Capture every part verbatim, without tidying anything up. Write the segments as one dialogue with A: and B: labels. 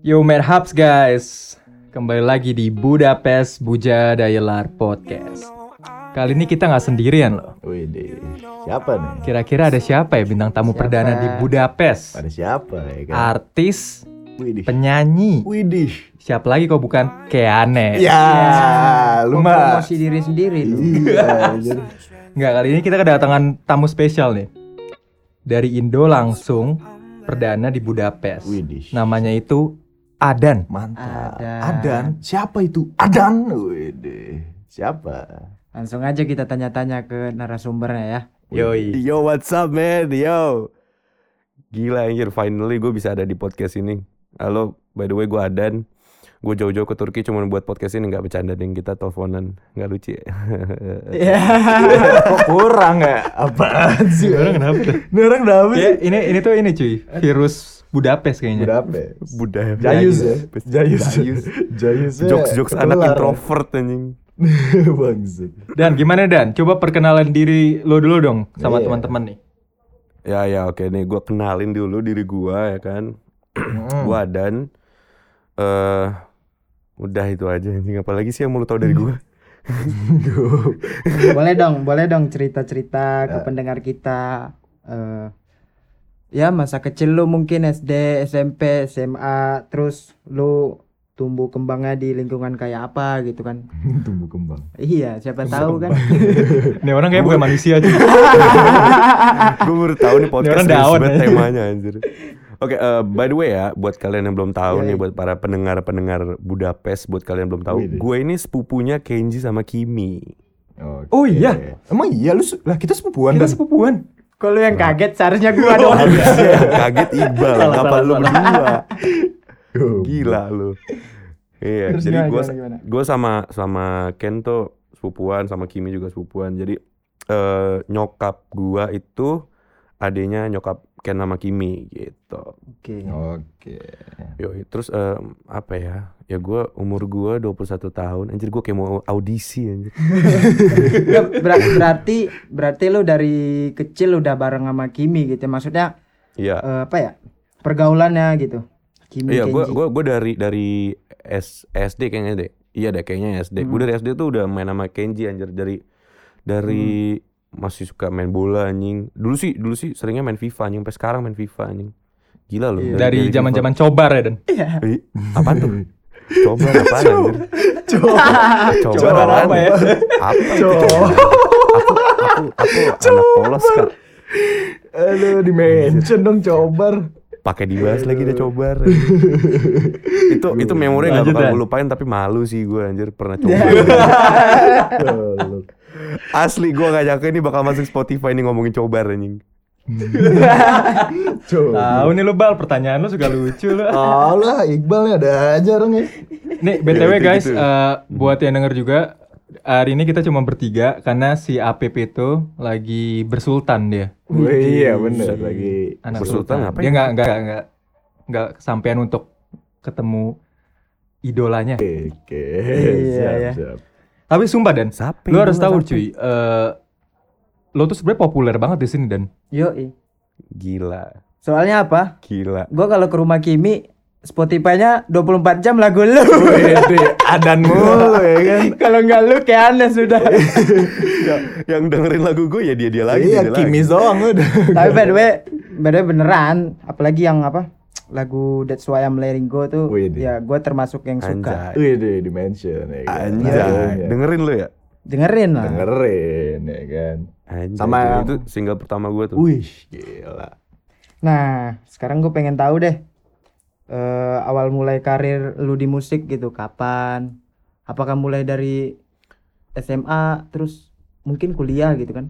A: Yo merhaps guys, kembali lagi di Budapest Buja Dayelar Podcast. Kali ini kita nggak sendirian loh.
B: Widih, siapa nih?
A: Kira-kira ada siapa ya bintang tamu
C: Siapa?
A: perdana di Budapest?
B: Ada siapa ya kan?
A: Artis,
B: Widih.
A: penyanyi.
B: Widih.
A: Siapa lagi kok bukan Keane?
B: Ya, lu mah.
C: Promosi diri sendiri lu.
B: Iya, anjir.
A: Nggak, kali ini kita kedatangan tamu spesial nih. Dari Indo langsung perdana di Budapest.
B: Widih.
A: Namanya itu Adan.
B: Mantap.
C: Adan.
B: Adan. Siapa itu? Adan. Widih. Siapa?
C: Langsung aja kita tanya-tanya ke narasumbernya ya.
A: Yoi.
D: Yo, what's up man? Yo. Gila anjir, finally gue bisa ada di podcast ini. Halo, by the way gue Adan. Gue jauh-jauh ke Turki cuma buat podcast ini, gak bercanda deng, kita teleponan. Gak lucu ya?
B: Kok kurang ya? Apaan sih?
A: Ini orang kenapa tuh?
B: Ini orang kenapa sih?
A: Ya, ini ini tuh ini cuy, virus Budapest kayaknya.
B: Budapest.
D: Budaya
B: Jayus ya?
D: Jayus.
B: Jayus. Jayus.
D: Jokes-jokes anak introvert anjing.
B: Bangsat.
A: Dan gimana Dan? Coba perkenalan diri lo dulu dong sama
B: Iya.
A: teman-teman nih.
D: Ya ya oke nih, gue kenalin dulu diri gue ya kan. Gue Adan. Eh udah itu aja anjing, apalagi sih yang mau lu tahu dari gue?
C: Boleh dong, boleh dong cerita-cerita ke pendengar kita. Eh, ya masa kecil lu mungkin S D, S M P, S M A, terus lu tumbuh kembangnya di lingkungan kayak apa gitu kan?
B: Tumbuh kembang.
C: Iya, siapa tahu kan?
A: Ini orang kayak bukan manusia aja.
D: Gue baru tahu nih podcast
A: Ini orang
D: serius
A: daun,
D: banget
A: ya.
D: temanya anjir. Oke, eh, by the way ya, buat kalian yang belum tahu
C: Iya,
D: nih,
C: iya.
D: buat para pendengar-pendengar Budapest, buat kalian yang belum tahu,
B: Widih.
D: gue ini sepupunya Kenji sama Kimi.
B: Oke.
A: Oh iya?
B: Emang iya lu se- lah kita sepupuan
A: Kita
B: kan?
A: sepupuan.
C: Kalau yang kaget seharusnya gua dong.
D: Kaget Iqbal,
A: Salah,
D: ngapa
A: salah,
D: lu
A: salah.
D: berdua?
B: Goblok.
D: Gila lu. Iya,
C: Terus
D: jadi
C: gimana,
D: gue
C: gimana, gimana?
D: gue sama sama Ken tuh sepupuan, sama Kimi juga sepupuan. Jadi eh, nyokap gua itu adenya nyokap Ken sama Kimi gitu.
C: Oke.
B: Oke.
D: Yoi, terus eh, apa ya? Ya gua umur gua dua puluh satu tahun. Anjir gua kayak mau audisi anjir.
C: Ya, ber- berarti berarti lu dari kecil udah bareng sama Kimi gitu. Maksudnya
D: Iya.
C: eh, apa ya? Pergaulannya gitu. Kimi
D: Iya, gua
C: Kenji.
D: gua gua dari dari S, SD kayaknya deh. Iya deh kayaknya S D. Gua dari S D tuh udah main sama Kenji anjir, dari dari masih suka main bola anjing. Dulu sih dulu sih seringnya main FIFA anjing, sampai sekarang main FIFA anjing. Gila loh.
A: Dari zaman-zaman cobar ya Dan.
D: FIFA. Ih, apaan tuh? Coba apaan anjir?
B: Coba.
D: Coba
A: Coba
D: apaan
A: apa ya?
D: Apa itu coba? Aku aku aku anak polos Kak.
B: Aduh, di mention dong cobar.
D: Pakai dibahas lagi deh cobar. itu itu memori nggak
A: Lanjut,
D: bakal
A: Dan.
D: gue lupain, tapi malu sih gue anjir pernah coba.
B: Goblok.
D: Asli gue gak nyangka ini bakal masuk Spotify ini ngomongin cobar anjing.
B: Coba.
A: Tahu nih lo Bal, pertanyaan lo suka lucu lo.
B: Alah, Iqbal nih ada aja orangnya.
A: Nih B T W
D: Ya, itu
A: guys,
D: gitu.
A: eh, buat yang denger juga, hari ini kita cuma bertiga karena si A P P itu lagi bersultan dia.
B: Oh iya bener lagi.
A: Anak
D: Bersultan
A: sultan.
D: ngapain?
A: Dia nggak nggak nggak nggak kesampean untuk ketemu idolanya.
B: Oke.
C: Iya,
B: Siap,
C: iya.
B: siap.
A: Tapi sumpah Dan,
D: Sapi,
A: lo harus
D: gua
A: tahu
D: sapi.
A: cuy, eh, lo tuh sebenarnya populer banget di sini Dan.
C: Yoi.
D: Gila,
C: Soalnya apa?
D: gila.
C: Gua kalau ke rumah Kimi, Spotify-nya dua puluh empat jam lagu lu.
B: Wede, Adan mulu ya kan.
C: Kalau nggak lu kayak aneh sudah.
D: Ya, yang dengerin lagu gue ya dia dia lagi.
B: Iya,
D: dia
B: Kimi
D: lagi.
B: doang udah.
C: Tapi by the way, by the way beneran, apalagi yang apa? Lagu That's Why I'm Letting Go tuh,
B: Wede.
C: ya gua termasuk yang suka.
D: Anjay,
B: Wede, di mention ya kan.
D: anjay.
B: Lagunya.
D: Dengerin lu ya.
C: Dengerin lah.
B: Dengerin ya kan.
D: Anjay,
B: Sama-
D: itu single pertama gue tuh.
B: Wih, gila.
C: Nah, sekarang gue pengen tahu deh, eh, awal mulai karir lu di musik gitu, kapan? Apakah mulai dari S M A, terus mungkin kuliah gitu kan?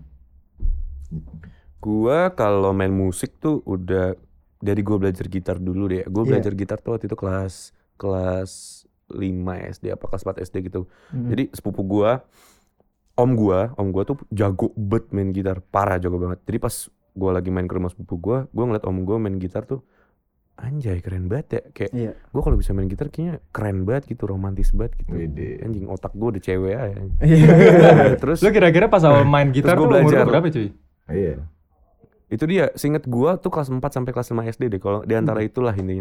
D: Gua kalau main musik tuh udah dari gue belajar gitar dulu deh. Gue
C: Iya.
D: belajar gitar tuh waktu itu kelas kelas lima S D apa kelas empat S D gitu.
C: Hmm.
D: Jadi sepupu gua, om gua, om gua tuh jago bet main gitar, parah jago banget. Jadi pas gua lagi main ke rumah sepupu gua, gua ngeliat om gua main gitar tuh, anjay keren banget ya. Kayak
C: Iya.
D: gua kalau bisa main gitar kayaknya keren banget gitu, romantis banget gitu.
B: Wede.
D: Anjing otak gua udah cewek aja.
C: Iya.
D: Terus
A: Lo kira-kira pas awal main gitar
D: Terus
A: tuh
D: gua
A: umur lo
D: belajar.
A: berapa cuy?
B: Iya.
D: itu dia, seinget gua tuh kelas empat sampai kelas lima S D deh. Kalau di antara itulah intinya.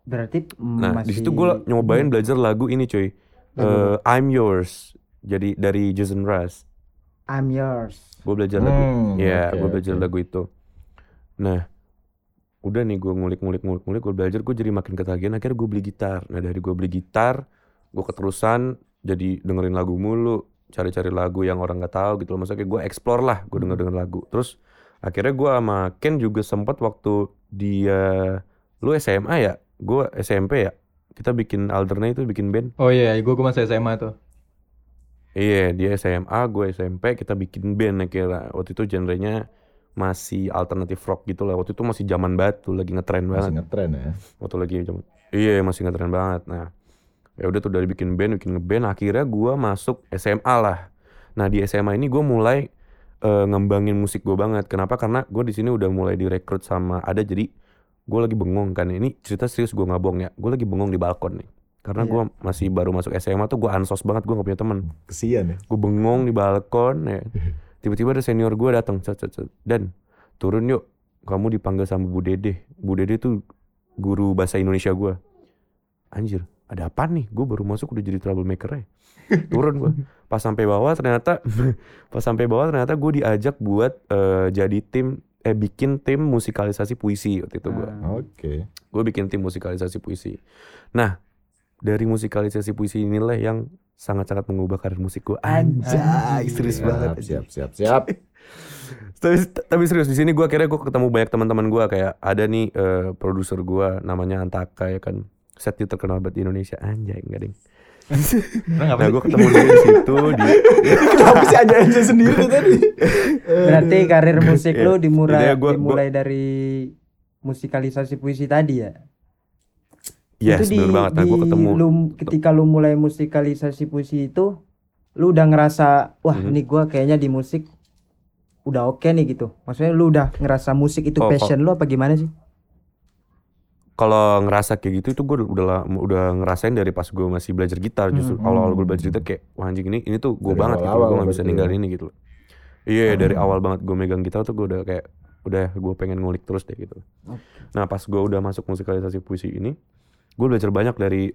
C: Berarti
D: Nah
C: masih
D: di situ gue nyobain belajar lagu ini cuy. Eh, I'm Yours. Jadi dari Jason Mraz.
C: I'm Yours.
D: Gue belajar lagu.
B: Hmm,
D: Ya
B: oke,
D: gue belajar
B: oke.
D: lagu itu. Nah udah nih gue ngulik-ngulik-ngulik-ngulik, gue belajar, gue jadi makin ketagihan. Akhirnya gue beli gitar. Nah dari gue beli gitar, gue keterusan jadi dengerin lagu mulu, cari-cari lagu yang orang nggak tahu gitu loh. Maksudnya kayak gue explore lah, gue denger-denger lagu. Terus akhirnya gue sama Ken juga sempat waktu dia, lu S M A ya, gue S M P ya, kita bikin alternate itu bikin band.
A: Oh iya, gue gue masih S M A tuh.
D: Iya dia S M A, gue S M P, kita bikin band akhirnya. Waktu itu genrenya masih alternative rock gitu lah. Waktu itu masih zaman banget tuh, lagi ngetren banget.
B: Masih ngetren ya.
D: Waktu lagi zaman, iya masih ngetren banget. Nah ya udah tuh dari bikin band, bikin ngeband, akhirnya gue masuk S M A lah. Nah di S M A ini gue mulai uh, ngembangin musik gue banget. Kenapa? Karena gue di sini udah mulai direkrut sama ada, jadi gue lagi bengong kan. Ini cerita serius, gue nggak bohong ya. Gue lagi bengong di balkon nih. Karena
C: Iya.
D: gue masih baru masuk S M A tuh, gue ansos banget, gue nggak punya teman.
B: Kesian ya.
D: Gue bengong di balkon ya. Tiba-tiba ada senior gue datang, cet, cet, cet. Dan turun yuk, kamu dipanggil sama Bu Dede. Bu Dede tuh guru bahasa Indonesia gue. Anjir, ada apa nih? Gue baru masuk udah jadi troublemaker ya. Turun gue. Pas sampai bawah ternyata, pas sampai bawah ternyata gue diajak buat uh, jadi tim, eh bikin tim musikalisasi puisi waktu itu gue.
C: Ah.
B: Oke.
D: Gue bikin tim musikalisasi puisi. Nah, dari musikalisasi puisi inilah yang sangat-sangat mengubah karir musik gue. Anjay, serius
B: Siap,
D: banget.
B: siap, siap, siap.
D: tapi, tapi serius di sini gue akhirnya gue ketemu banyak teman-teman gue, kayak ada nih uh, produser gue namanya Antaka ya kan, set dia terkenal banget di Indonesia. Anjay, enggak ding.
A: Nah,
D: Nah gue ketemu dia di situ di
B: Kenapa sih aja-aja sendiri tadi?
C: Berarti karir musik lu
D: Iya,
C: dimulai
D: intinya gua-
C: dimulai dari musikalisasi puisi tadi ya?
D: yes
C: Itu di,
D: bener banget. Nah
C: di
D: gue ketemu
C: lu, ketika lu mulai musikalisasi puisi itu, lu udah ngerasa wah
D: Mhm.
C: ini gua kayaknya di musik udah oke nih gitu. Maksudnya lu udah ngerasa musik itu
D: Oh,
C: passion lu apa gimana sih?
D: kalau ngerasa kayak gitu itu gue udah la- udah ngerasain dari pas gue masih belajar gitar. Justru
C: Hmm.
D: awal-awal gue belajar gitar kayak wah anjing ini ini tuh gue
B: Dari
D: banget gitu,
B: awal-awal
D: gue nggak bisa
B: berarti
D: ninggalin
B: ya.
D: ini gitu. Iya dari
B: Hmm.
D: awal banget gue megang gitar tuh gue udah kayak udah gue pengen ngulik terus deh gitu.
C: Oke.
D: Nah pas gue udah masuk musikalisasi puisi ini, gue belajar banyak dari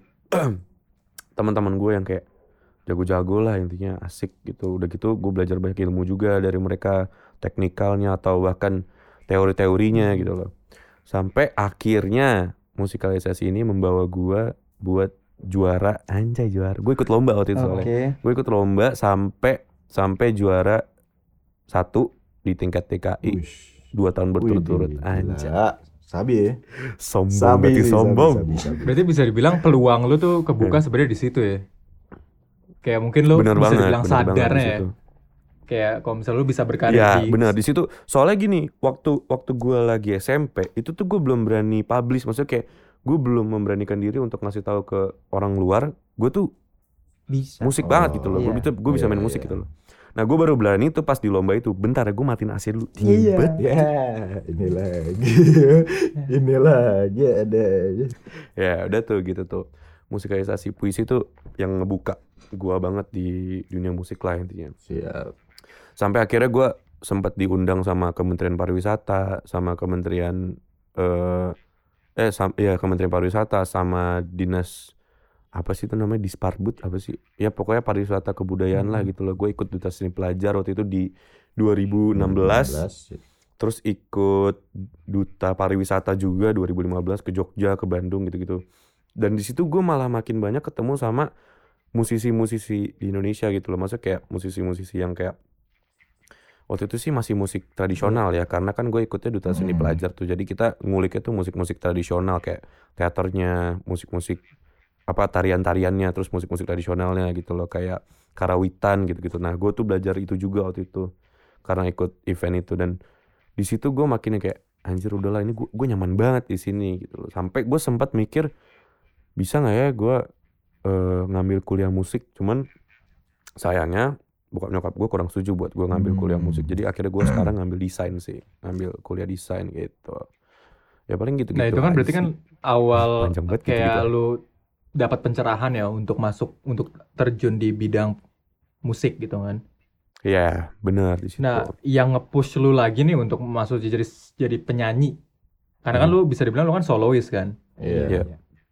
D: teman-teman gue yang kayak jago-jago lah, intinya asik gitu. Udah gitu gue belajar banyak ilmu juga dari mereka, teknikalnya atau bahkan teori-teorinya gitu loh. Sampai akhirnya musikalisasi ini membawa gue buat juara, anjay juara. Gue ikut lomba waktu itu soalnya.
C: Oke.
D: Gue ikut lomba sampai sampai juara satu di tingkat T K I
B: Wish.
D: dua tahun berturut-turut.
B: Widih,
D: Anjay.
B: gila. Sabi ya.
D: Sombong,
B: Sabi,
D: berarti
B: sabi,
D: sombong.
B: sabi, sabi.
A: Berarti bisa dibilang peluang lu tuh kebuka sebenarnya di situ ya. Kayak mungkin lu
D: Bener
A: bisa
D: banget,
A: dibilang
D: bener banget di
A: sadarnya ya.
D: situ.
A: Kayak kalau misalnya lu bisa berkarir
D: Ya
A: di
D: benar di situ. Soalnya gini, waktu waktu gue lagi S M P itu tuh gue belum berani publish. Maksudnya kayak gue belum memberanikan diri untuk ngasih tahu ke orang luar. Gue tuh
C: Bisa.
D: musik
B: Oh,
D: banget gitu loh. Gue
C: iya.
D: bisa gue bisa
B: Iya,
D: main musik
B: iya.
D: gitu loh. Nah gue baru berani tuh pas di lomba itu. Bentar ya gue matiin A C dulu.
C: Iya.
D: Ribet.
B: Ya, ini lagi. Ini lagi ada aja.
D: Ya udah tuh gitu tuh. Musikalisasi puisi tuh yang ngebuka gue banget di dunia musik lah intinya.
B: Siap.
D: Sampai akhirnya gue sempat diundang sama Kementerian Pariwisata, sama Kementerian eh eh sam, ya Kementerian Pariwisata sama Dinas apa sih itu namanya, Disparbud apa sih? Ya pokoknya pariwisata kebudayaan lah gitu loh. Gue ikut Duta Seni Pelajar waktu itu di dua ribu enam belas. Terus ikut Duta Pariwisata juga dua ribu lima belas ke Jogja, ke Bandung gitu-gitu. Dan di situ gue malah makin banyak ketemu sama musisi-musisi di Indonesia gitu loh. Maksudnya kayak musisi-musisi yang kayak waktu itu sih masih musik tradisional ya, karena kan gue ikutnya Duta Seni
B: Hmm.
D: Pelajar tuh. Jadi kita nguliknya tuh musik-musik tradisional kayak teaternya, musik-musik apa tarian-tariannya, terus musik-musik tradisionalnya gitu loh, kayak karawitan gitu-gitu. Nah, gue tuh belajar itu juga waktu itu karena ikut event itu. Dan di situ gue makin kayak anjir udahlah ini gue gue nyaman banget di sini gitu loh. Sampai gue sempat mikir bisa nggak ya gue eh, ngambil kuliah musik, cuman sayangnya bokap nyokap gue kurang setuju buat gue ngambil kuliah
B: Hmm.
D: musik. Jadi akhirnya gue sekarang ngambil desain sih, ngambil kuliah desain gitu. Ya paling gitu-gitu.
A: Nah, itu kan
D: aja
A: berarti
D: sih.
A: kan awal
D: Panjang banget
A: kayak
D: gitu-gitu.
A: lu dapat pencerahan ya untuk masuk untuk terjun di bidang musik gitu kan.
D: Iya, benar di situ.
A: Nah, yang nge-push lu lagi nih untuk masuk jadi jadi penyanyi. Karena kan
D: Hmm.
A: lu bisa dibilang lu kan solois kan.
B: Iya.
D: Iya.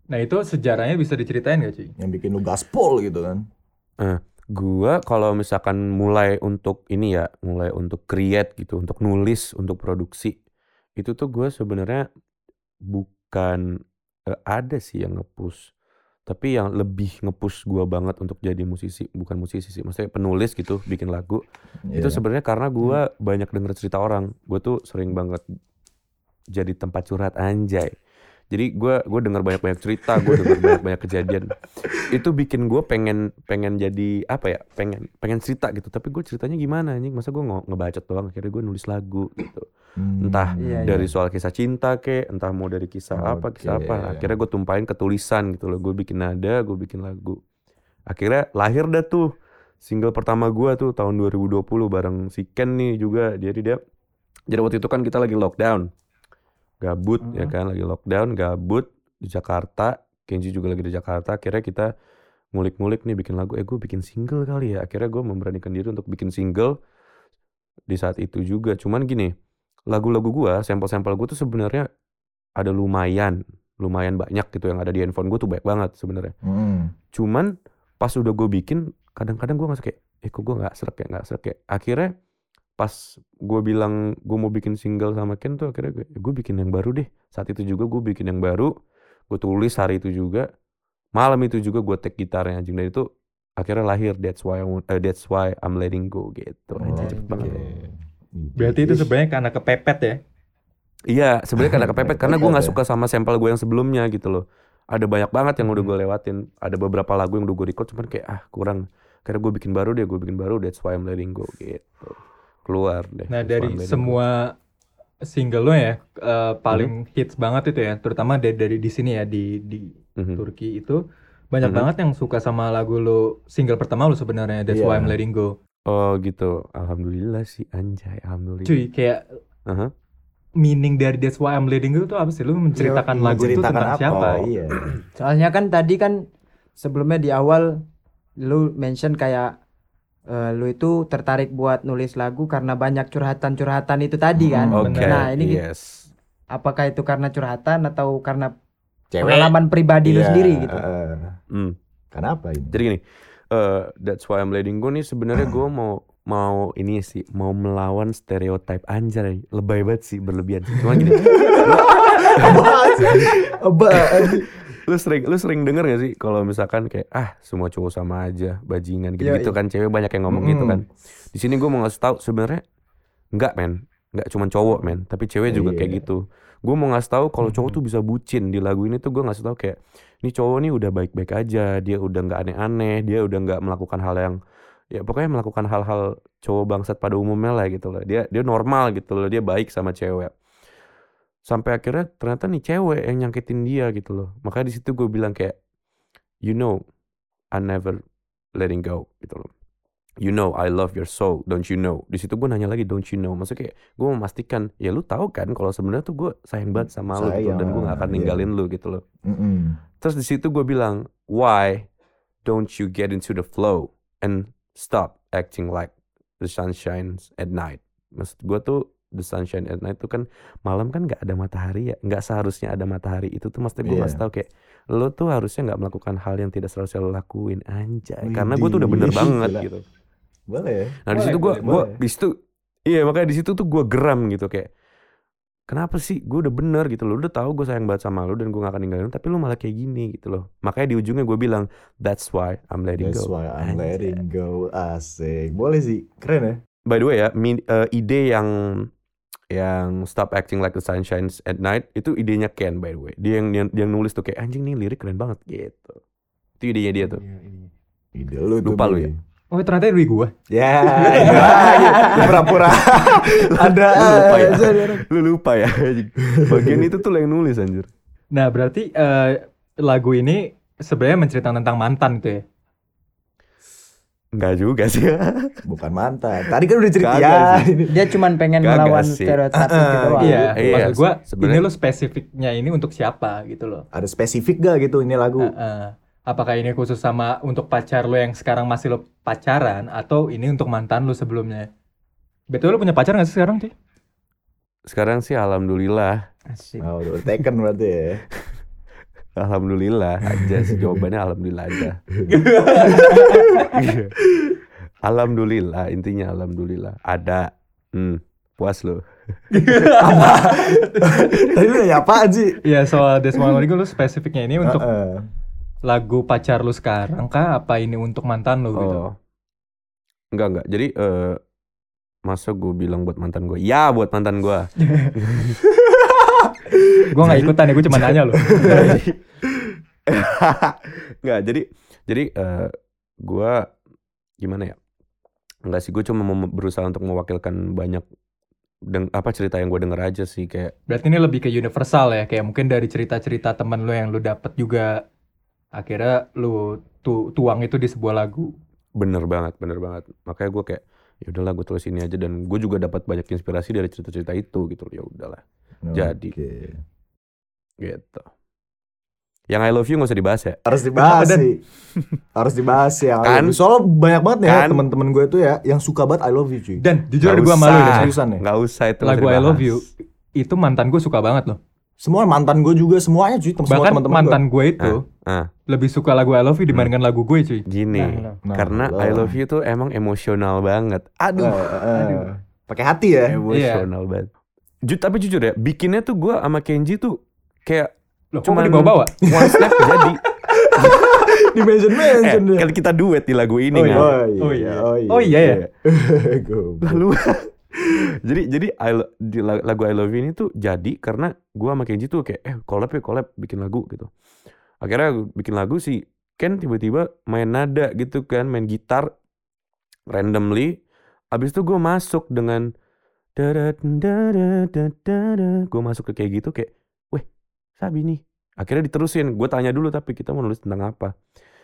A: Nah itu sejarahnya bisa diceritain gak cuy?
B: Yang bikin lu gaspol gitu kan.
D: Eh, gua kalau misalkan mulai untuk ini ya, mulai untuk create gitu, untuk nulis, untuk produksi, itu tuh gue sebenarnya bukan eh, ada sih yang nge-push, tapi yang lebih nge-push gua banget untuk jadi musisi, bukan musisi sih, maksudnya penulis gitu, bikin lagu. Itu
B: Iya.
D: sebenarnya karena gua banyak denger cerita orang. Gue tuh sering banget jadi tempat curhat anjay. Jadi gue gue dengar banyak-banyak cerita, gue dengar banyak-banyak kejadian. Itu bikin gue pengen pengen jadi apa ya? Pengen pengen cerita gitu. Tapi gue ceritanya gimana anjing? Masa gue nge- ngebacot doang? Akhirnya gue nulis lagu gitu.
B: Hmm.
D: Entah
C: Iya,
D: dari
C: iya.
D: soal kisah cinta ke, entah mau dari kisah apa, kisah
B: Oke.
D: apa. Akhirnya gue tumpahin ke tulisan gitu loh. Gue bikin nada, gue bikin lagu. Akhirnya lahir dah tuh single pertama gue tuh tahun dua ribu dua puluh bareng si Ken nih juga. Jadi dia jadi waktu itu kan kita lagi lockdown. Gabut ya kan, lagi lockdown, gabut di Jakarta. Kenji juga lagi di Jakarta. Akhirnya kita ngulik-ngulik nih bikin lagu. Eh gue bikin single kali ya. Akhirnya gue memberanikan diri untuk bikin single di saat itu juga. Cuman gini, lagu-lagu gue, sampel-sampel gue tuh sebenarnya ada lumayan, lumayan banyak gitu yang ada di handphone gue tuh banyak banget sebenarnya.
B: Hmm.
D: Cuman pas udah gue bikin, kadang-kadang gue ngerasa kayak, eh kok gue nggak srek ya, nggak srek ya. Akhirnya pas gue bilang gue mau bikin single sama Ken tuh akhirnya gue, gue bikin yang baru deh. Saat itu juga gue bikin yang baru, gue tulis hari itu juga, malam itu juga gue take gitarnya anjing, dan itu akhirnya lahir That's Why I Want- eh, That's Why I'm Letting Go gitu. Anjing cepet banget.
A: Berarti itu sebenarnya karena kepepet ya?
D: Iya, sebenarnya karena kepepet karena gue
B: Kepepet
D: nggak
B: ya.
D: suka sama sampel gue yang sebelumnya gitu loh. Ada banyak banget yang udah gue lewatin. Ada beberapa lagu yang udah gue record cuman kayak ah kurang. Karena gue bikin baru deh, gue bikin baru That's Why I'm Letting Go gitu. Keluar deh.
A: Nah
D: That's Why
A: dari
D: I'm Letting Go.
A: semua single lo ya eh, paling hits banget itu ya, terutama dari, dari di sini ya di di
D: Mhm.
A: Turki itu banyak
D: Mhm.
A: banget yang suka sama lagu lo single pertama lo sebenarnya That's Why
B: Iya.
A: I'm Letting Go.
D: Oh gitu. Alhamdulillah sih anjay, alhamdulillah.
A: Cuy kayak
D: Aha.
A: meaning dari That's Why I'm Letting Go itu apa sih? Lu menceritakan
C: Yoi,
A: lagu itu
B: Menceritakan
A: tentang
B: apa?
A: siapa?
B: Iya.
C: Soalnya kan tadi kan sebelumnya di awal lu mention kayak eh, lu itu tertarik buat nulis lagu karena banyak curhatan-curhatan itu tadi kan.
A: Hmm,
D: Oke.
A: bener.
C: Nah, ini
D: yes.
C: apakah itu karena curhatan atau karena
B: Cewek.
C: pengalaman pribadi lu
B: Iya,
C: sendiri gitu?
B: eh,
D: Hmm.
B: kenapa ini?
D: Jadi gini, eh, That's Why I'm Letting Go nih sebenarnya gue mau mau ini sih mau melawan stereotype anjay, lebay banget sih, berlebihan sih. Cuman gini,
B: Apaan sih? Apaan sih?
D: lu sering lu sering denger gak sih kalau misalkan kayak ah semua cowok sama aja bajingan gitu-gitu
C: Yoi.
D: kan, cewek banyak yang ngomong gitu kan. Di sini gue mau ngasih tahu sebenarnya enggak men, enggak cuma cowok men, tapi cewek juga kayak
B: Iya.
D: gitu. Gue mau ngasih tahu kalau cowok tuh bisa bucin. Di lagu ini tuh gue ngasih tahu kayak ini cowok nih udah baik-baik aja, dia udah nggak aneh-aneh, dia udah nggak melakukan hal yang ya pokoknya melakukan hal-hal cowok bangsat pada umumnya lah gitu loh. Dia dia normal gitu loh, dia baik sama cewek. Sampai akhirnya ternyata nih cewek yang nyakitin dia gitu loh. Makanya di situ gue bilang kayak you know I never letting go gitu loh. You know I love your soul, don't you know? Di situ gue nanya lagi don't you know. Maksudnya kayak gue memastikan ya lu tahu kan kalau sebenarnya tuh gue sayang banget sama lu gitu loh, dan gue gak akan
B: Sayang,
D: ninggalin
B: iya.
D: lu gitu loh.
B: Mm-mm.
D: Terus di situ gue bilang why don't you get into the flow and stop acting like the sunshine at night. Maksud gue tuh the sunshine at night tuh kan malam kan nggak ada matahari ya, nggak seharusnya ada matahari. Itu tuh maksudnya gue
B: Iya.
D: ngasih tahu kayak lo tuh harusnya nggak melakukan hal yang tidak seharusnya lo lakuin anjay.
B: Widih,
D: Karena gue tuh udah bener banget
B: gila.
D: gitu.
B: Boleh ya?
D: Nah di
A: Boleh,
D: situ gue
A: boleh,
D: gue
B: boleh.
D: di situ iya makanya di situ tuh gue geram gitu kayak kenapa sih gue udah bener gitu loh, udah tahu gue sayang banget sama lo dan gue gak akan ninggalin lo, tapi lo malah kayak gini gitu loh. Makanya di ujungnya gue bilang that's why I'm letting
B: That's
D: go.
B: why I'm
D: Anjay.
B: letting go. Asik. Boleh sih. Keren ya?
D: By the way ya, min- eh, ide yang yang stop acting like the sun shines at night itu idenya Ken by the way. Dia yang dia, dia yang nulis tuh kayak anjing nih lirik keren banget gitu. Itu idenya dia tuh.
B: Ide lu tuh.
D: Lupa lu
B: Bi.
D: ya?
A: Oh ternyata dari gua.
B: Ya, ini lagi. Pura-pura. Ada
D: Lu lupa ya?
B: aja dia orang.
D: Lu lupa ya. Bagian itu tuh lo yang nulis anjir.
A: Nah berarti eh, lagu ini sebenarnya menceritakan tentang mantan gitu ya?
D: Enggak juga sih.
B: Bukan mantan. Tadi kan udah cerita
D: Kagak
B: ya.
D: sih.
C: Dia cuman pengen
D: Kagak
C: melawan
D: sih.
C: stereotip
B: Uh-uh.
C: gitu doang.
A: Iya,
D: Iya,
A: maksud gua
D: sebenarnya-
A: ini lo spesifiknya ini untuk siapa gitu loh.
B: Ada spesifik gak gitu ini lagu?
A: Heeh. Apakah ini khusus sama untuk pacar lo yang sekarang masih lo pacaran atau ini untuk mantan lo sebelumnya? Betul lo punya pacar gak sih sekarang sih?
D: Sekarang sih alhamdulillah.
C: Asik.
B: Oh, udah taken berarti ya.
D: Alhamdulillah aja sih jawabannya, alhamdulillah aja. Alhamdulillah, intinya alhamdulillah ada. Hmm, puas lo.
B: Tadi lu ya apaan sih?
A: Iya, soal Desmond Morning lu spesifiknya ini untuk
B: Heeh.
A: lagu pacar lu sekarang kah? Apa ini untuk mantan lu gitu?
D: Oh. Enggak enggak. Jadi eh masa gue bilang buat mantan gue? Ya buat mantan gue.
A: Gue nggak ikutan ya, gue cuma nanya loh.
D: Enggak, jadi jadi eh gue gimana ya? Enggak sih, gue cuma mau berusaha untuk mewakilkan banyak deng apa cerita yang gue denger aja sih, kayak
A: Berarti ini lebih ke universal ya, kayak mungkin dari cerita-cerita temen lu yang lu dapet juga akhirnya lu tu tuang itu di sebuah lagu.
D: bener banget, bener banget. Makanya gue kayak ya udahlah gue tulis ini aja, dan gue juga dapat banyak inspirasi dari cerita-cerita itu gitu. Ya udahlah. Jadi
B: Oke.
D: gitu. Yang I love you gak usah dibahas ya.
B: Harus dibahas
A: Dan-
B: sih. Harus dibahas ya.
D: Kan?
B: Soalnya banyak banget nih ya
D: Kan?
B: teman-teman gue tuh ya yang suka banget I love you cuy.
A: Dan jujur
D: Nggak
A: ada gue
D: usah.
A: malu deh.
B: Seriusan ya?
D: Gak usah itu. nggak
A: Lagu
D: usah
A: I Love
D: dibahas.
A: You itu mantan gue suka banget loh.
B: Semua mantan gue juga semuanya cuy. Semua
A: Bahkan
B: teman-teman
A: mantan gue itu
D: Ah,
A: lebih suka lagu I Love You dibandingkan lagu gue cuy.
D: gini.
C: Nah,
B: Nah,
D: Karena
B: lo.
D: I love you tuh emang emosional banget.
B: gue.
D: Aduh.
B: Eh, eh, pakai hati ya.
D: Emosional banget. Ju, tapi jujur ya, bikinnya tuh gue sama Kenji tuh kayak
A: Loh, kok
D: cuman
A: dibawa-bawa?
D: one snap jadi.
B: Di mention
D: Eh,
B: mention deh.
D: kan kita duet di lagu ini
A: Oh,
D: kan.
B: Oh
A: Oh
B: iya.
A: iya. Oh iya ya.
B: Goblok.
D: Lalu jadi jadi I, lo- di la- lagu I Love You ini tuh jadi karena gua sama Kenji tuh kayak eh collab ya collab bikin lagu gitu. Akhirnya gua bikin lagu sih Ken tiba-tiba main nada gitu kan, main gitar randomly. Abis itu gue masuk dengan gue masuk ke kayak gitu kayak, weh sabi nih. Akhirnya diterusin. Gue tanya dulu tapi kita mau nulis tentang apa?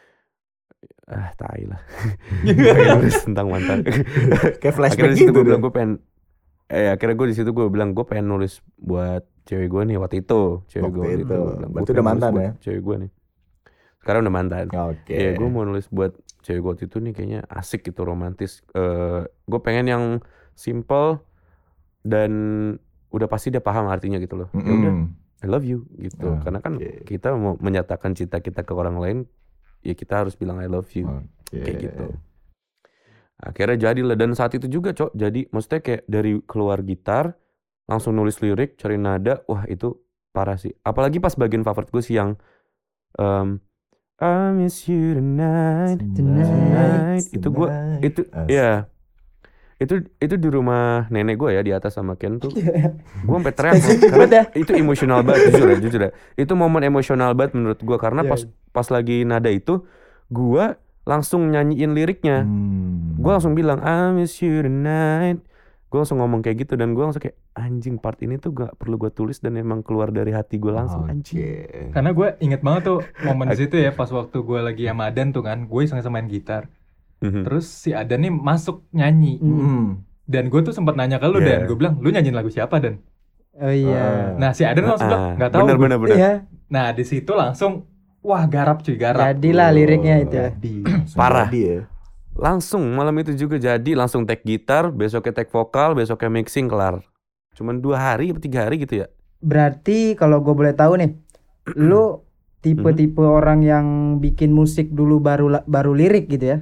D: Ah tai lah. Pengen nulis tentang mantan.
B: Kayak flashback
D: Akhirnya di situ
B: gitu.
D: gue bilang
B: deh.
D: gue pengen eh akhirnya gue di situ gue bilang gue pengen nulis buat cewek gue nih waktu itu, cewek gue
B: Waktu
D: waktu
B: itu.
D: itu. Gua bilang,
B: Berarti
D: "Gua
B: udah
D: pengen nulis
B: mantan
D: buat
B: ya?"
D: Cewek gue nih. Sekarang udah mantan.
B: Oke.
D: Iya, gue mau nulis buat cewek gue waktu itu nih kayaknya asik gitu, romantis. Eh, gue pengen yang simple dan udah pasti dia paham artinya gitu loh. Ya udah,
B: Mm-mm.
D: I love you gitu.
B: Ah,
D: Karena kan
B: oke.
D: kita mau menyatakan cinta kita ke orang lain, ya kita harus bilang I love you.
B: Oke.
D: Kayak gitu. Akhirnya jadilah, dan saat itu juga cok, jadi maksudnya kayak dari keluar gitar langsung nulis lirik, cari nada, wah itu parah sih. Apalagi pas bagian favorit gue sih yang um, I miss you tonight, tonight. Itu gue, itu
B: Asik.
D: ya, itu itu di rumah nenek gue ya di atas sama Ken tuh, gue sampai teriak
C: Spesifik
D: karena
C: banget ya.
D: itu emosional banget, jujur ya, jujur ya. Itu momen emosional banget menurut gue karena
C: Iya,
D: pas pas lagi nada itu, gue langsung nyanyiin liriknya.
B: Hmm.
D: Gue langsung bilang I miss you tonight. Gue langsung ngomong kayak gitu dan gue langsung kayak anjing, part ini tuh gak perlu gue tulis dan emang keluar dari hati gue langsung.
B: Oke.
D: Anjing.
A: Karena gue inget banget tuh momen di situ ya, pas waktu gue lagi sama Adan tuh kan, gue iseng-iseng main gitar.
D: Mhm.
A: Terus si Adan nih masuk nyanyi.
B: Mm.
A: Dan gue tuh sempat nanya ke lu
D: Yeah.
A: Dan, gue bilang, lu nyanyiin lagu siapa Dan?
C: Oh iya.
A: Nah si Adan langsung bilang,
D: Ah,
A: nggak tahu.
D: bener
A: gua."
D: bener bener.
C: Iya.
A: Nah di situ langsung, wah garap cuy, garap.
C: Jadilah liriknya itu.
B: Jadi. Langsung
D: Parah.
B: jadi ya.
D: Langsung malam itu juga jadi, langsung take gitar, besoknya take vokal, besoknya mixing, kelar. Cuman dua hari atau tiga hari gitu ya.
C: Berarti kalau gue boleh tahu nih, lu tipe-tipe orang yang bikin musik dulu baru la- baru lirik gitu ya?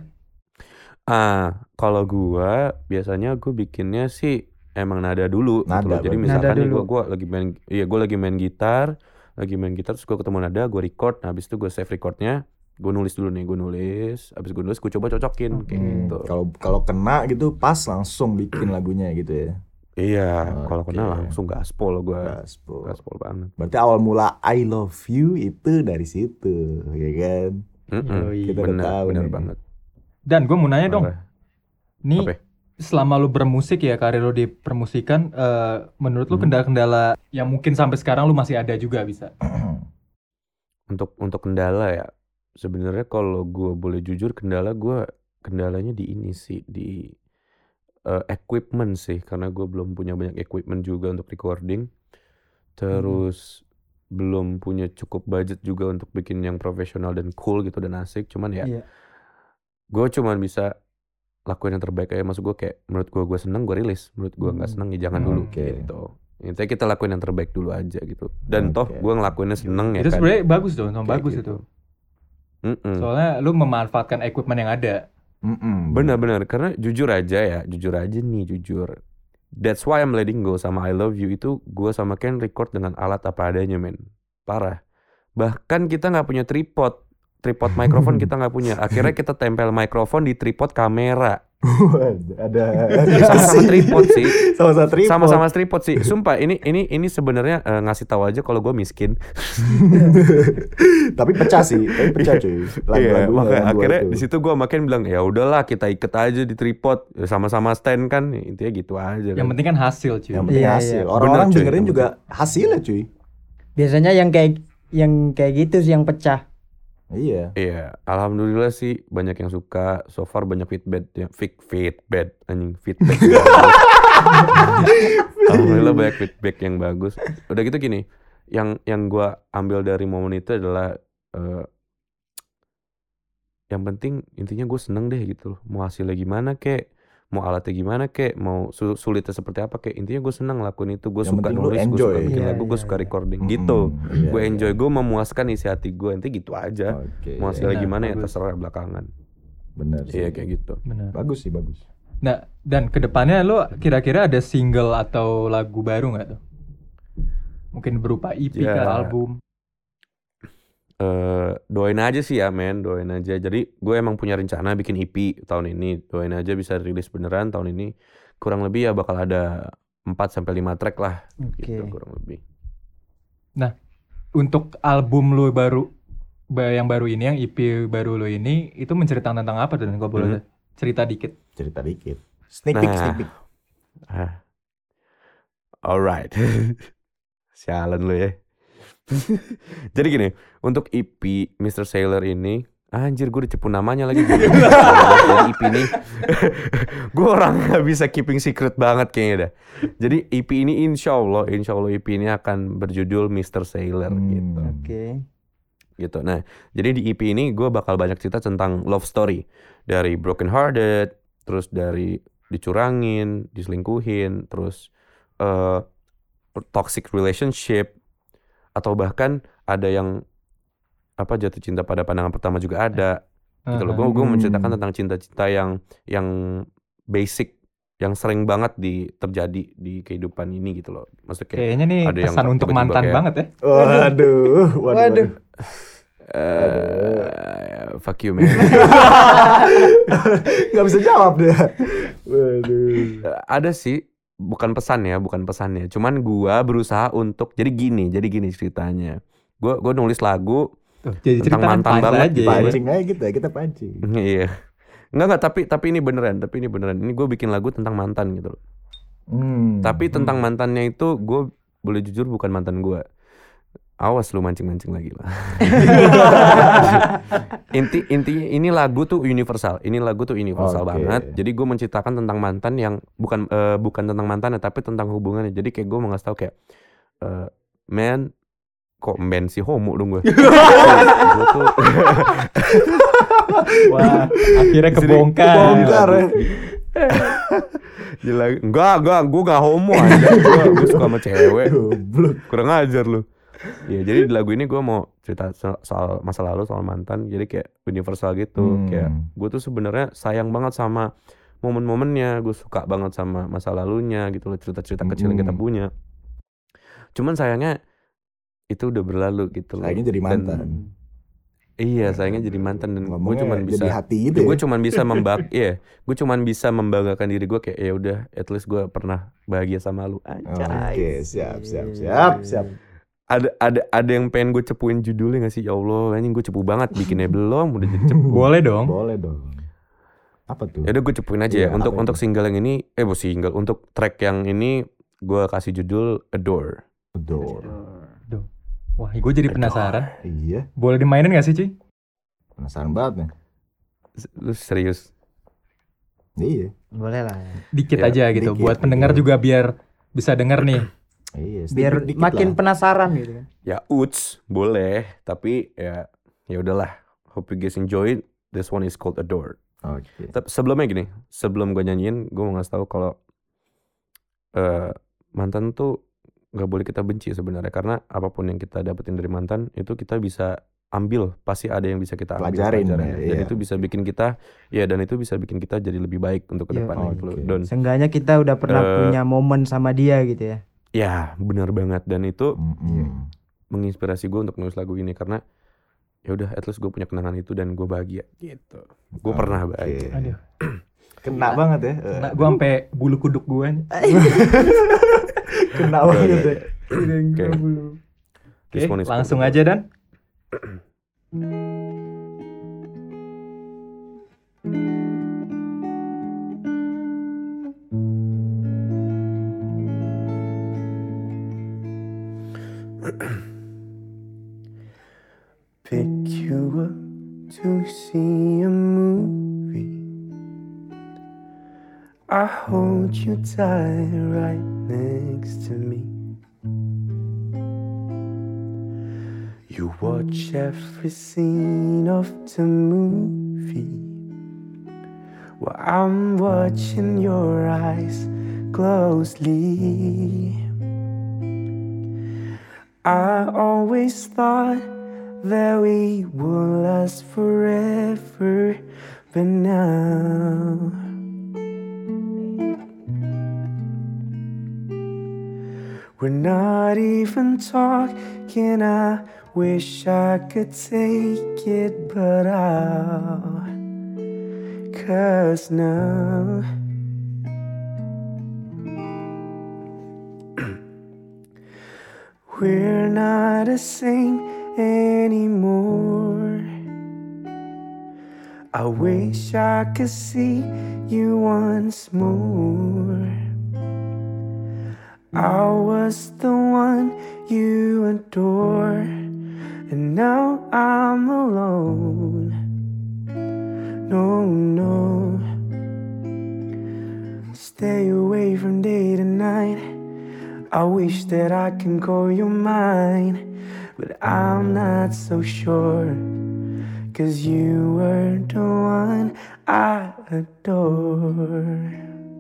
D: Ah, kalau gua biasanya gue bikinnya sih emang nada dulu gitu
B: Nada
D: loh. Jadi
B: berarti.
D: misalkan
C: Nada
D: nih
C: dulu.
D: gua gua lagi main, iya gua lagi main gitar, lagi main gitar terus gua ketemu nada, gua record, nah habis itu gua save recordnya, gua nulis dulu nih, gua nulis, habis gua nulis gua coba cocokin kayak
B: Hmm,
D: gitu.
B: Kalau kalau kena gitu pas langsung bikin lagunya gitu ya.
D: Iya, kalau
B: Oke.
D: kena langsung gaspol gua,
B: Gaspol.
D: gaspol banget.
B: Berarti awal mula I love you itu dari situ, ya kan?
D: Mm-mm,
A: Yoi.
B: Kita udah
D: bener,
B: tahu
D: bener
B: nih.
D: banget.
A: Dan gue mau nanya dong,
D: Parah.
A: nih
D: Apa ya?
A: selama lu bermusik ya, karir lu di permusikan, eh, menurut lu
D: Hmm.
A: kendala-kendala yang mungkin sampai sekarang lu masih ada juga bisa?
D: Untuk untuk kendala ya, sebenarnya kalau gue boleh jujur, kendala gue kendalanya di ini sih, di eh, equipment sih, karena gue belum punya banyak equipment juga untuk recording, terus belum punya cukup budget juga untuk bikin yang profesional dan cool gitu dan asik. Cuman ya
C: Iya.
D: gue cuman bisa lakuin yang terbaik aja. Maksud gue kayak menurut gue gue seneng gue rilis, menurut gue nggak
C: Hmm.
D: seneng ya jangan dulu
B: Oke.
D: gitu. Intinya kita lakuin yang terbaik dulu aja gitu. Dan toh
B: Oke.
D: gue ngelakuinnya seneng ya
A: Itu
D: kan.
A: sebenarnya bagus dong, sama
D: Kayak
A: bagus
D: gitu.
A: itu.
D: Mm-mm.
A: Soalnya lu memanfaatkan equipment yang ada.
B: Mm-mm.
D: Benar-benar karena jujur aja ya, jujur aja nih jujur. That's why I'm letting go sama I Love You itu gue sama Ken record dengan alat apa adanya men. Parah. Bahkan kita nggak punya tripod. Tripod mikrofon kita nggak punya. Akhirnya kita tempel mikrofon di tripod kamera.
B: ada
D: Sama-sama tripod sih.
B: Sama-sama tripod.
D: Sama-sama tripod sih. Sumpah ini ini ini sebenarnya eh, ngasih tahu aja kalau gue miskin.
B: Tapi pecah sih, tapi pecah cuy.
D: Iya,
B: Lagu-lagunya
D: makanya
B: yang dua
D: akhirnya
B: itu.
D: di situ gue makin bilang ya udahlah kita iket aja di tripod. Ya, sama-sama stand kan. Intinya gitu aja.
A: Yang
D: kan.
A: penting kan hasil cuy.
B: Yang penting
C: Iya,
B: hasil.
C: iya.
B: Orang-orang
D: Bener, cuy.
B: dengerin juga hasilnya cuy.
C: Biasanya yang kayak yang kayak gitu sih yang pecah.
B: Iya.
D: Iya, alhamdulillah sih banyak yang suka. So far banyak feedback ya, feed, feedback anjing feedback. yang bagus. Alhamdulillah banyak feedback yang bagus. Udah gitu gini, yang yang gua ambil dari momen itu adalah eh, yang penting intinya gue seneng deh gitu loh. Mau hasilnya gimana kek, mau alatnya gimana kek, mau su- sulitnya seperti apa kek. Intinya gue seneng lakuin itu. Gue
B: Yang
D: suka
B: penting lu
D: nulis, gue
B: enjoy.
D: suka bikin
C: Iya,
D: lagu, gue
C: iya,
D: suka
C: iya.
D: recording
B: Mm-mm.
D: gitu.
B: Iya,
D: Gue
B: iya.
D: enjoy, gue memuaskan isi hati gue. Intinya gitu aja.
B: Oke.
D: Mau hasilnya
A: Benar,
D: gimana ya
A: bagus.
D: terserah belakangan.
B: Bener sih.
D: Iya kayak gitu.
A: Benar.
B: Bagus sih, bagus.
A: Nah, dan kedepannya lo kira-kira ada single atau lagu baru nggak tuh? Mungkin berupa E P
D: Ya.
A: ke album.
D: Eh doain aja sih ya men, doain aja. Jadi gue emang punya rencana bikin E P tahun ini. Doain aja bisa rilis beneran tahun ini. Kurang lebih ya bakal ada empat sampai lima track lah
C: Oke.
D: gitu kurang lebih.
A: Untuk album lo baru ba- yang baru ini, yang E P baru lo ini, itu menceritakan tentang apa tuh? Gue boleh
D: Hmm.
A: tuh cerita dikit.
B: Cerita dikit. Sneak peek,
D: Nah.
B: sneak peek.
D: Ah. Alright. Sialan lu ya. Jadi gini, untuk E P mister Sailor ini, anjir gue udah cepu namanya lagi. Jadi E P ini, gue orang gak bisa keeping secret banget kayaknya dah. Jadi E P ini insya Allah, insya Allah E P ini akan berjudul mister Sailor
B: Hmm.
D: gitu.
C: Oke.
D: gitu. Nah, jadi di E P ini gue bakal banyak cerita tentang love story. Dari broken hearted, terus dari dicurangin, diselingkuhin, terus eh, toxic relationship, atau bahkan ada yang apa jatuh cinta pada pandangan pertama juga ada. Gitu loh. Gue gue
B: Hmm.
D: menceritakan tentang cinta-cinta yang yang basic, yang sering banget di terjadi di kehidupan ini gitu loh. Maksudnya kayak
A: Kayaknya nih
D: ada yang
A: pesan untuk
D: tiba-tiba
A: mantan
D: kayak-
A: banget ya.
B: Waduh, waduh,
C: Waduh.
B: waduh.
D: eh fuck you man.
B: Gak bisa jawab dia. Waduh.
D: Eh, ada sih, bukan pesan ya, bukan pesannya. Cuman gua berusaha untuk jadi gini, jadi gini ceritanya. Gua gua nulis lagu.
A: Tuh, jadi
D: Tentang
A: cerita
D: mantan
A: mantan
D: banget
A: aja.
D: gitu.
A: ya.
B: Pancing aja kita, kita pancing.
D: Iya. Enggak enggak, tapi tapi ini beneran, tapi ini beneran. Ini gue bikin lagu tentang mantan gitu loh.
B: Hmm.
D: Tapi tentang mantannya itu gue boleh jujur bukan mantan gua. Awas lu mancing-mancing lagi lah. Inti intinya ini lagu tuh universal. Ini lagu tuh universal
B: Oke.
D: banget. Jadi gue menceritakan tentang mantan yang bukan eh, bukan tentang mantannya tapi tentang hubungannya. Jadi kayak gue mau ngasih tau kayak eh, man kok man si homo dong gue. Gue tuh
A: Wah, akhirnya
D: Jadi
A: kebongkar.
B: Kebongkar ya.
D: Gila, enggak, enggak, gue gak homo aja. Gue gue suka sama cewek.
B: Goblok.
D: Kurang ajar lu. Iya, jadi di lagu ini gue mau cerita so- soal masa lalu, soal mantan. Jadi kayak universal gitu.
B: Hmm.
D: Kayak gue tuh sebenarnya sayang banget sama momen-momennya. Gue suka banget sama masa lalunya gitu loh, cerita-cerita kecil yang kita
B: Hmm.
D: punya. Cuman sayangnya itu udah berlalu gitu loh.
B: Sayangnya jadi
D: Dan-
B: mantan.
D: Iya, sayangnya jadi mantan dan gue
B: Ngomongnya
D: cuman bisa
B: jadi hati gitu
D: gue
B: ya.
D: cuman bisa membag iya gue cuman bisa membanggakan diri gue kayak ya udah at least gue pernah bahagia sama lu anjay.
B: Oke, siap, siap, siap, siap.
D: ada ada ada yang pengen gue cepuin judulnya gak sih? Ya Allah anjing gue cepu banget bikinnya belum udah jadi cepu.
A: Boleh dong.
B: Boleh dong. Apa tuh?
D: Ya udah gue cepuin aja ya
B: Iya,
D: untuk
B: apa
D: untuk
B: itu?
D: single yang ini eh bu single untuk track yang ini gue kasih judul Adore.
B: Adore.
A: Duh. Wah, gue jadi penasaran.
B: Iya,
A: Boleh dimainin gak sih, Ci?
B: penasaran banget nih.
D: Lu serius?
B: Iya,
C: Boleh lah.
A: Dikit
D: Ya,
A: aja gitu.
B: dikit,
A: Buat pendengar
B: dikit.
A: juga biar bisa denger nih.
B: iya.
C: Biar
B: sedikit-dikit
C: makin
B: lah.
C: penasaran gitu kan.
D: Ya uts boleh tapi ya ya udahlah. Hope you guys enjoy it. This one is called Adore.
B: Oke.
D: Tapi sebelumnya gini, sebelum gue nyanyiin, gue mau ngasih tahu kalau eh mantan tuh nggak boleh kita benci sebenarnya, karena apapun yang kita dapetin dari mantan itu kita bisa ambil, pasti ada yang bisa kita ambil
B: Pelajarin,
D: pelajarannya.
B: ya,
D: Dan
B: iya.
D: itu bisa bikin kita ya dan itu bisa bikin kita jadi lebih baik untuk
C: Iya.
D: kedepannya gitu loh.
B: Oke.
D: Don,
C: Seenggaknya kita udah pernah
D: Eh,
C: punya momen sama dia gitu ya.
D: ya benar banget, dan itu
B: Mm-mm.
D: menginspirasi gue untuk nulis lagu ini karena ya udah at least gue punya kenangan itu dan gue bahagia gitu. Gue pernah
B: Oke.
D: bahagia.
A: Aduh,
B: Kena banget ya.
A: nah, gue sampai bulu kuduk gue.
B: Kena banget ya.
D: Oke.
A: Oke,
D: This one is
A: langsung
D: cool.
A: aja Dan.
E: Pick you up to see a movie. I hold you tight right next to me. You watch every scene of the movie while I'm watching your eyes closely. I always thought that we would last forever, but now we're not even talking. I wish I could take it, but I'll, 'cause now we're not the same anymore. I wish I could see you once more. I was the one you adore, and now I'm alone. No, no. Stay away from day to night. I wish that I can call you mine, but I'm not so sure, 'cause you were the one I adore.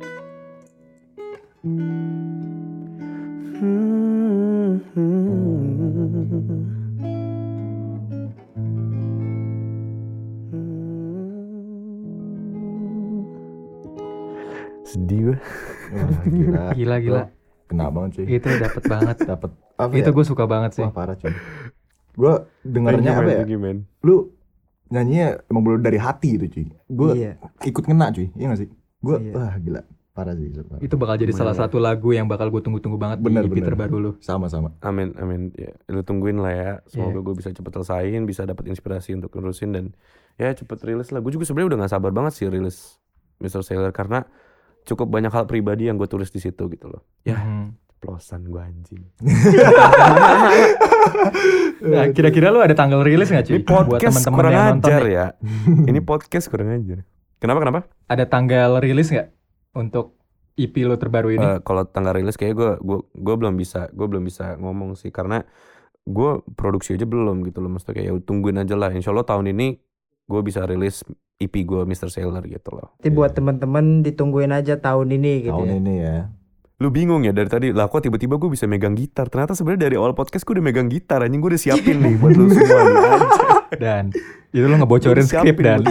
D: Sedih gue.
B: Wah, gila.
A: Gila, gila.
B: Kena banget cuy.
A: Itu dapat banget.
B: Dapat apa
A: Itu
B: ya?
A: gue suka banget sih.
B: Wah, parah cuy. Gue dengarnya apa ya?
D: Gimana?
B: Lu nyanyinya emang bener dari hati gitu cuy. Gue
C: Iya.
B: ikut ngena cuy. Iya gak sih? Gue
C: Iya.
B: wah gila. Parah sih. Parah.
A: Itu bakal jadi
B: Lumayan
A: salah
B: lah.
A: satu lagu yang bakal gue tunggu-tunggu banget
B: Bener,
A: di E P
B: bener.
A: terbaru lu.
B: Sama-sama.
D: Amin, amin. Ya, lu tungguin lah ya. Semoga
A: Iya.
D: gue bisa cepet selesain, bisa dapat inspirasi untuk nerusin dan ya cepet rilis lah. Gue juga sebenarnya udah gak sabar banget sih rilis mister Sailor karena cukup banyak hal pribadi yang gue tulis di situ gitu loh. Ya,
A: Mhm.
D: plosan gue anjing.
A: Nah, kira-kira lu ada tanggal rilis nggak cuy?
D: Ini podcast
A: teman-teman
D: kurang
A: yang nonton
D: ajar
A: nih.
D: ya. Ini podcast kurang ajar. Kenapa kenapa?
A: Ada tanggal rilis nggak untuk E P lu terbaru ini?
D: Eh, kalau tanggal rilis kayak gue gue gue belum bisa gue belum bisa ngomong sih karena gue produksi aja belum gitu loh. Maksudnya kayak ya tungguin aja lah. Insya Allah tahun ini gue bisa rilis E P gue mister Sailor gitu loh.
C: Nanti buat teman-teman ditungguin aja tahun ini gitu
B: Tahun
C: ya.
B: ini ya.
D: Lu bingung ya dari tadi lah kok tiba-tiba gue bisa megang gitar. Ternyata sebenarnya dari awal podcast gue udah megang gitar anjing, gue udah siapin nih buat lu semua nih anjing.
A: Dan itu lu ngebocorin
D: Udah siapin
A: skrip Dan.
D: buat-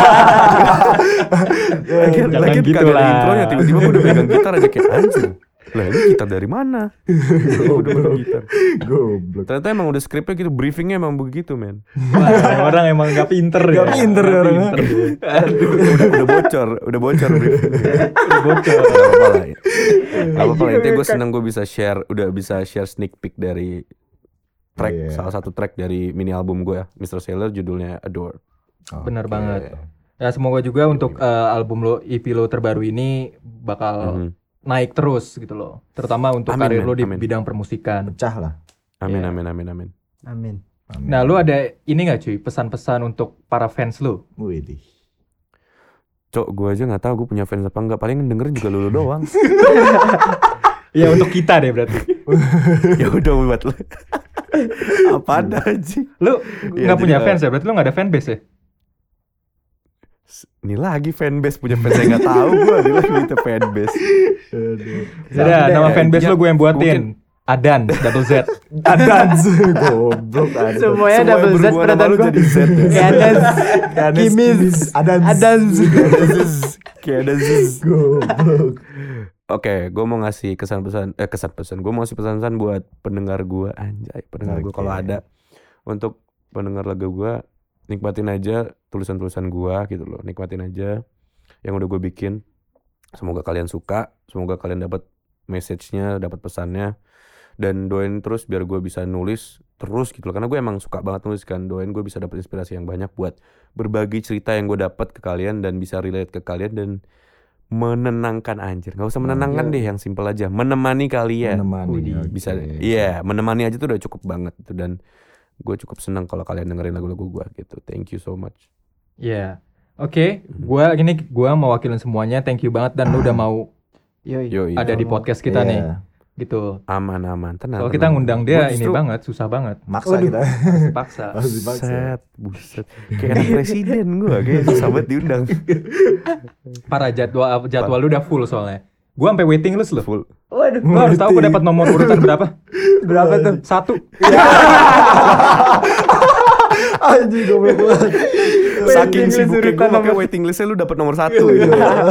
D: Lagian
A: Jangan
D: lagian
A: gitu
D: kagak ada
A: lah.
D: intronya, tiba-tiba gue udah megang gitar aja kayak anjing. Lah ini gitar dari mana? Gue udah megang gitar.
B: Goblok.
D: Ternyata emang udah skripnya gitu, briefingnya emang begitu men.
A: Wah, orang emang gak pinter ya.
B: Gak pinter
A: Nggak
B: orang.
A: pinter dia.
D: udah, udah bocor, udah bocor briefingnya.
A: Udah bocor.
D: Gak apa-apa lah. Gak apa-apa lah, intinya gue seneng gue bisa share, udah bisa share sneak peek dari track,
B: Iya.
D: salah satu track dari mini album gue ya, mister Sailor judulnya Adore.
A: Bener
B: Oke.
A: banget. Ya semoga juga untuk eh, album lo, E P lo terbaru ini bakal
D: Mhm.
A: naik terus gitu loh. Terutama untuk
D: Amin,
A: karir
D: men,
A: lo di
D: amin.
A: bidang permusikan.
B: Pecah lah.
D: Amin,
A: Iya.
D: amin, amin, amin.
C: Amin.
B: Amin.
A: Nah, lu ada ini nggak cuy, pesan-pesan untuk para fans lu?
B: Widih.
D: Cok, gue aja gak tahu gue punya fans apa enggak, paling dengerin juga lu doang.
A: Ya untuk kita deh berarti.
D: Ya udah buat lu. Apa ada aja.
A: Lu
D: Iya,
A: nggak punya
D: jadi,
A: fans ya? Berarti lu nggak ada fanbase ya?
D: Ini lagi fanbase, punya fans yang gak tahu gue. Ini lagi itu fanbase.
A: Jadi nama
D: Ya,
A: fanbase
D: intinya
A: lu gue yang buatin.
D: mungkin-
A: Adan, double Z.
B: Adan goblok Adan.
C: Semuanya
D: Semua
C: double
D: yang
C: Z
D: berhubungan
C: perhatian
D: sama lu
C: gua.
D: jadi Z ya.
C: Kayak Adan,
B: Adan,
C: Kimis,
B: Adan,
C: Adan.
D: Kayak ada zzz.
B: goblok.
D: Oke, gue mau ngasih kesan-pesan, eh kesan-pesan. Gue mau ngasih pesan-pesan buat pendengar gue, anjay, pendengar gue
B: Oke.
D: kalau ada. Untuk pendengar lagu gue, nikmatin aja tulisan-tulisan gue gitu loh, nikmatin aja yang udah gue bikin. Semoga kalian suka, semoga kalian dapat message-nya, dapat pesannya, dan doain terus biar gue bisa nulis terus gitu loh. Karena gue emang suka banget nulis kan. Doain gue bisa dapat inspirasi yang banyak buat berbagi cerita yang gue dapat ke kalian dan bisa relate ke kalian dan menenangkan anjir. Nggak usah menenangkan deh, yang simple aja. Menemani kalian.
B: Menemani,
D: Widih,
B: oke.
D: bisa. Iya, menemani aja tuh udah cukup banget itu, dan gue cukup senang kalau kalian dengerin lagu-lagu gue gitu. Thank you so much.
A: Iya. Oke, gua gini gua mau wakilin semuanya. Thank you banget dan lu udah mau
C: Yoi.
D: Yoi.
A: ada di podcast kita
B: Iya.
A: nih. Gitu.
D: Aman-aman, tenang.
A: Kalau kita
D: tenang.
A: ngundang
D: Gua
A: dia ini
D: justru-
A: banget, susah banget.
B: Maksa
C: Waduh.
B: kita.
A: Harus dipaksa.
B: Harus dipaksa.
D: Buset, buset. Kayak anak presiden gue, kayak susah banget diundang.
A: Parah, jadwal jadwal lu udah full soalnya. Gua sampai waiting list lu.
D: Full.
C: Waduh,
A: Lu harus tahu gua dapat nomor urutan berapa?
C: berapa tuh?
A: Satu.
B: Anjing goblok banget.
D: Saking
C: list
D: sibuknya
C: urutan
D: gue pakai
C: nomor-
D: waiting listnya lu dapet nomor satu gitu.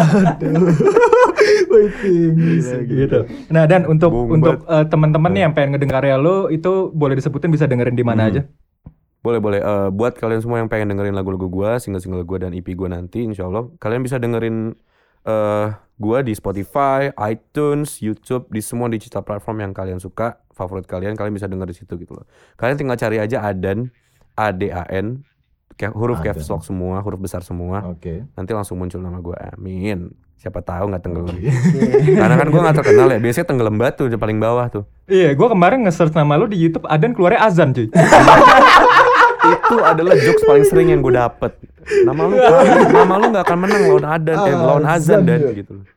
B: Waiting list
A: Gitu. Nah, dan untuk
D: Bung
A: untuk eh, teman-teman nih yang pengen ngedengar karya lu itu boleh disebutin bisa dengerin di mana
D: Hmm.
A: aja?
D: Boleh boleh. Eh, buat kalian semua yang pengen dengerin lagu-lagu gue, single-single gue dan E P gue nanti, insya Allah kalian bisa dengerin eh gue di Spotify, iTunes, YouTube, di semua digital platform yang kalian suka, favorit kalian, kalian bisa denger di situ gitu loh. Kalian tinggal cari aja Adan, A D A N, kayak huruf
B: Adan.
D: caps lock semua, huruf besar semua.
B: Oke.
D: Nanti langsung muncul nama gue. Amin. Siapa tahu nggak tenggelam. Karena kan gue nggak terkenal ya. Biasanya tenggelam batu di paling bawah tuh.
A: Iya, gua kemarin nge-search nama lu di YouTube Adan keluarnya azan, cuy.
D: Itu adalah jokes paling sering yang gue dapet. Nama lu, nama lu nggak akan menang lawan Adan, eh, lawan Azan
B: Azan,
D: dan
B: ya.
D: gitu loh.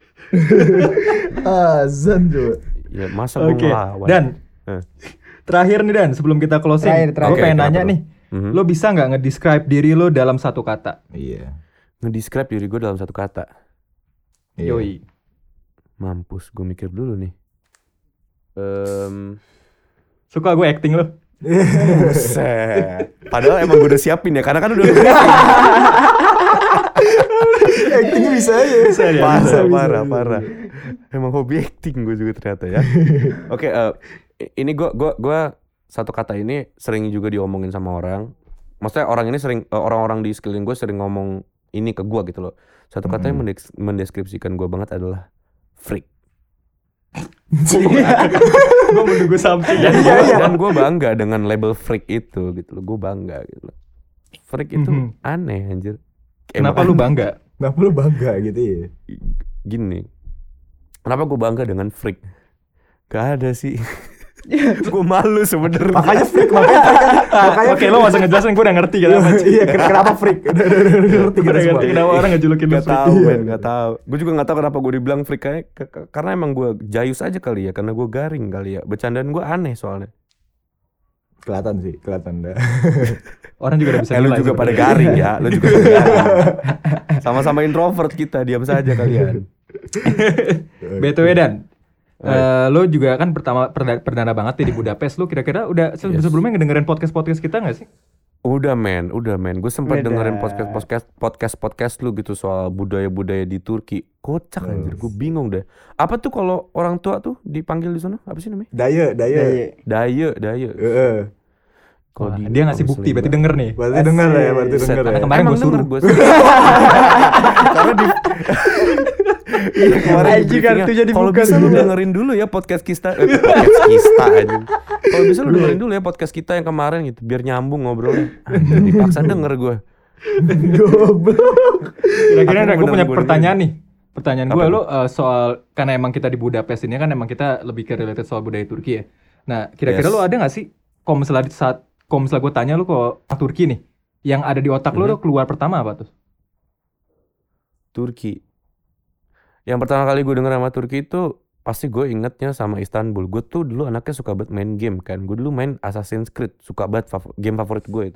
B: Azan coba.
D: Ya masa gue
A: Oke.
D: ngelawan.
A: Dan
D: Eh.
A: terakhir nih Dan, sebelum kita closing,
C: Terakhir,
A: gue
C: terakhir.
A: pengen
D: Oke,
A: nanya
D: kenapa
A: nih,
D: Mhm.
A: lo bisa nggak nge-describe diri lo dalam satu kata?
B: Iya.
D: Ngedescribe diri gue dalam satu kata.
B: Iya.
A: Yoi.
D: Mampus, gue mikir dulu nih. Em,
A: Suka gue acting lo.
D: Buset. Padahal emang gue udah siapin ya, karena kan udah
B: Acting bisa ya.
A: Bisa ya,
D: parah,
B: bisa, bisa,
D: parah,
B: bisa.
D: parah. Emang hobi acting gue juga ternyata ya. Oke, eh, ini gue gua gua satu kata ini sering juga diomongin sama orang. Maksudnya orang ini sering eh, orang-orang di sekeliling gue sering ngomong ini ke gue gitu loh. Satu kata yang mendes- mendeskripsikan gue banget adalah freak.
A: Gue menunggu something.
D: Dan
B: Iya,
D: gue
B: iya.
D: dan gue bangga dengan label freak itu gitu loh. Gue bangga gitu loh. Freak itu
A: Mhm.
D: aneh anjir.
A: Kenapa
D: Emang
A: lu bangga?
B: Kenapa lu bangga gitu ya?
D: gini? Kenapa gue bangga dengan freak? Gak ada sih. Gue malu sebenernya.
B: Makanya freak, makanya freak. Makanya
A: Oke, lo gak usah ngejelasin, gue udah ngerti kenapa. cuy.
B: Iya, ken- kenapa freak? Udah, udah, udah, udah ngerti
A: Gue
B: kita
A: udah
B: semua.
A: ngerti kenapa orang ngejulukin lo
D: Gak
A: freak.
D: tahu
B: Iya.
D: men, gak tahu. Gue juga gak tahu kenapa gue dibilang freak kayak ke- ke- karena emang gue jayus aja kali ya, karena gue garing kali ya. Bercandaan gue aneh soalnya.
B: Kelihatan sih, kelihatan dah.
A: Orang juga udah bisa
D: Eh, lu
A: nilai
D: juga pada
A: sebenarnya.
D: garing ya, lu juga pada garing. Sama-sama introvert kita, diam saja kalian.
A: B T W Dan, eh, lo juga kan pertama perda- perdana banget nih di Budapest. Lo kira-kira udah se-
D: Yes.
A: sebelumnya ngedengerin podcast-podcast kita gak sih?
D: Udah men, udah men. Gue sempat
C: Udah.
D: dengerin podcast podcast podcast podcast lu gitu soal budaya-budaya di Turki. Kocak anjir, gue bingung deh. Apa tuh kalau orang tua tuh dipanggil di sana? Apa sih namanya?
B: Daya, daya.
C: Iya.
D: Daye, daye.
B: Heeh.
D: Kalau
A: Wah,
D: di-
A: dia ngasih
D: kalau
A: bukti,
D: sering
A: berarti
D: banget.
A: denger nih.
B: Berarti denger ya, berarti
D: Buset,
B: denger
A: karena
B: ya.
A: kemarin
D: Emang
A: gua suruh.
D: denger gua suruh. Karena di Iya, kemarin di
C: Anjing,
D: briefingnya,
C: kartunya dibuka
D: kalau bisa lu
C: dulu.
D: dengerin dulu ya podcast kita eh, podcast kita aja. Kalau bisa lu dengerin dulu ya podcast kita yang kemarin gitu biar nyambung ngobrolnya. Anjir, dipaksa denger gue.
B: Goblok.
A: Kira-kira
D: Apa
A: gue
D: bener
A: punya
D: gua
A: pertanyaan nih. Pertanyaan
D: Apa
A: gue
D: tuh?
A: lo eh, soal karena emang kita di Budapest ini kan emang kita lebih ke related soal budaya Turki ya. Nah, kira-kira
D: Yes.
A: lo ada nggak sih kalau misalnya di saat kalau misalnya gue tanya lo kok Turki nih, yang ada di otak lo
D: Mhm.
A: lo keluar pertama apa tuh?
D: Turki. Yang pertama kali gue denger sama Turki itu pasti gue ingetnya sama Istanbul. Gue tuh dulu anaknya suka banget main game kan. Gue dulu main Assassin's Creed, suka banget fav- game favorit gue itu.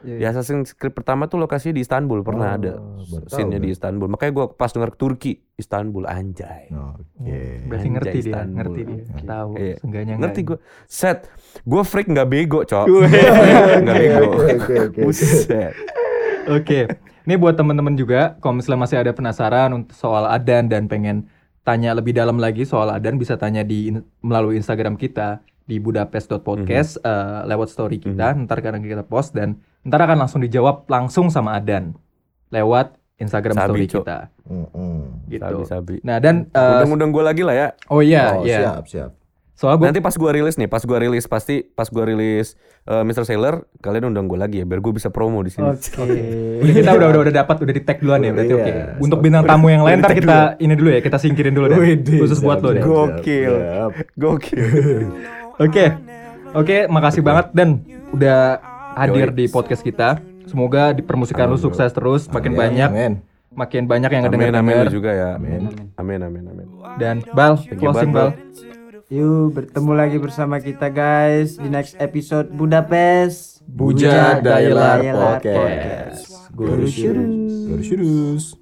D: Di Assassin's Creed pertama tuh lokasinya di Istanbul, pernah
B: Oh,
D: ada
B: baru tahu
D: scene-nya
B: gue.
D: di Istanbul. Makanya gue pas denger Turki, Istanbul anjay.
B: Oke.
A: Berarti
D: Anjay,
A: ngerti dia,
D: Istanbul.
A: ngerti dia. Tahu,
D: Iya.
A: seenggaknya
D: Ngerti
A: enggak.
D: gue. Set, gue freak nggak bego, cok.
B: Oke,
D: Nggak bego.
B: oke, oke, oke.
D: Buset.
A: Oke, ini buat teman-teman juga, kalau misalnya masih ada penasaran untuk soal Adan dan pengen tanya lebih dalam lagi soal Adan, bisa tanya di melalui Instagram kita di budapest dot podcast
D: Mhm.
A: eh, lewat story kita. Ntar kadang kita post dan ntar akan langsung dijawab langsung sama Adan lewat Instagram
D: Sabi,
A: story
D: Cok.
A: kita,
B: Mm-mm.
A: gitu.
D: Sabi-sabi.
A: Nah dan eh,
D: Undang-undang gue lagi lah ya.
A: oh iya,
B: Oh,
A: iya.
B: siap, siap.
A: Soalnya gue
D: Nanti pas gue rilis nih, pas gue rilis pasti pas gue rilis eh, mister Sailor, kalian undang gue lagi ya, biar gue bisa promo di sini.
C: Oke.
A: udah kita udah udah udah dapat udah di tag duluan ya berarti.
B: Iya,
A: Oke.
B: so-
A: Untuk bintang tamu yang lain
B: Udah
A: ntar
B: di tag
A: kita ini dulu ya, kita singkirin dulu deh.
B: Widih,
A: Khusus buat
B: siap,
A: lo deh.
B: siap,
D: Gokil.
B: siap.
D: Gokil.
A: Oke, oke, makasih banget dan udah hadir
D: Yoi.
A: di podcast kita. Semoga di permusikan lu
B: Amin,
A: sukses terus, makin
B: Amin,
A: banyak,
B: amin.
A: makin banyak yang
D: Amin, amin
A: ngedenger-denger.
D: lu juga ya.
B: Amin.
D: Amin, amin, amin.
A: Dan Bal,
D: you
A: closing
D: banget,
A: Bal.
C: Yuk bertemu lagi bersama kita guys di next episode Budapest
A: Buja Dailar
C: Dailar
A: Podcast.
C: Guru Syurus.
B: Guru Syurus.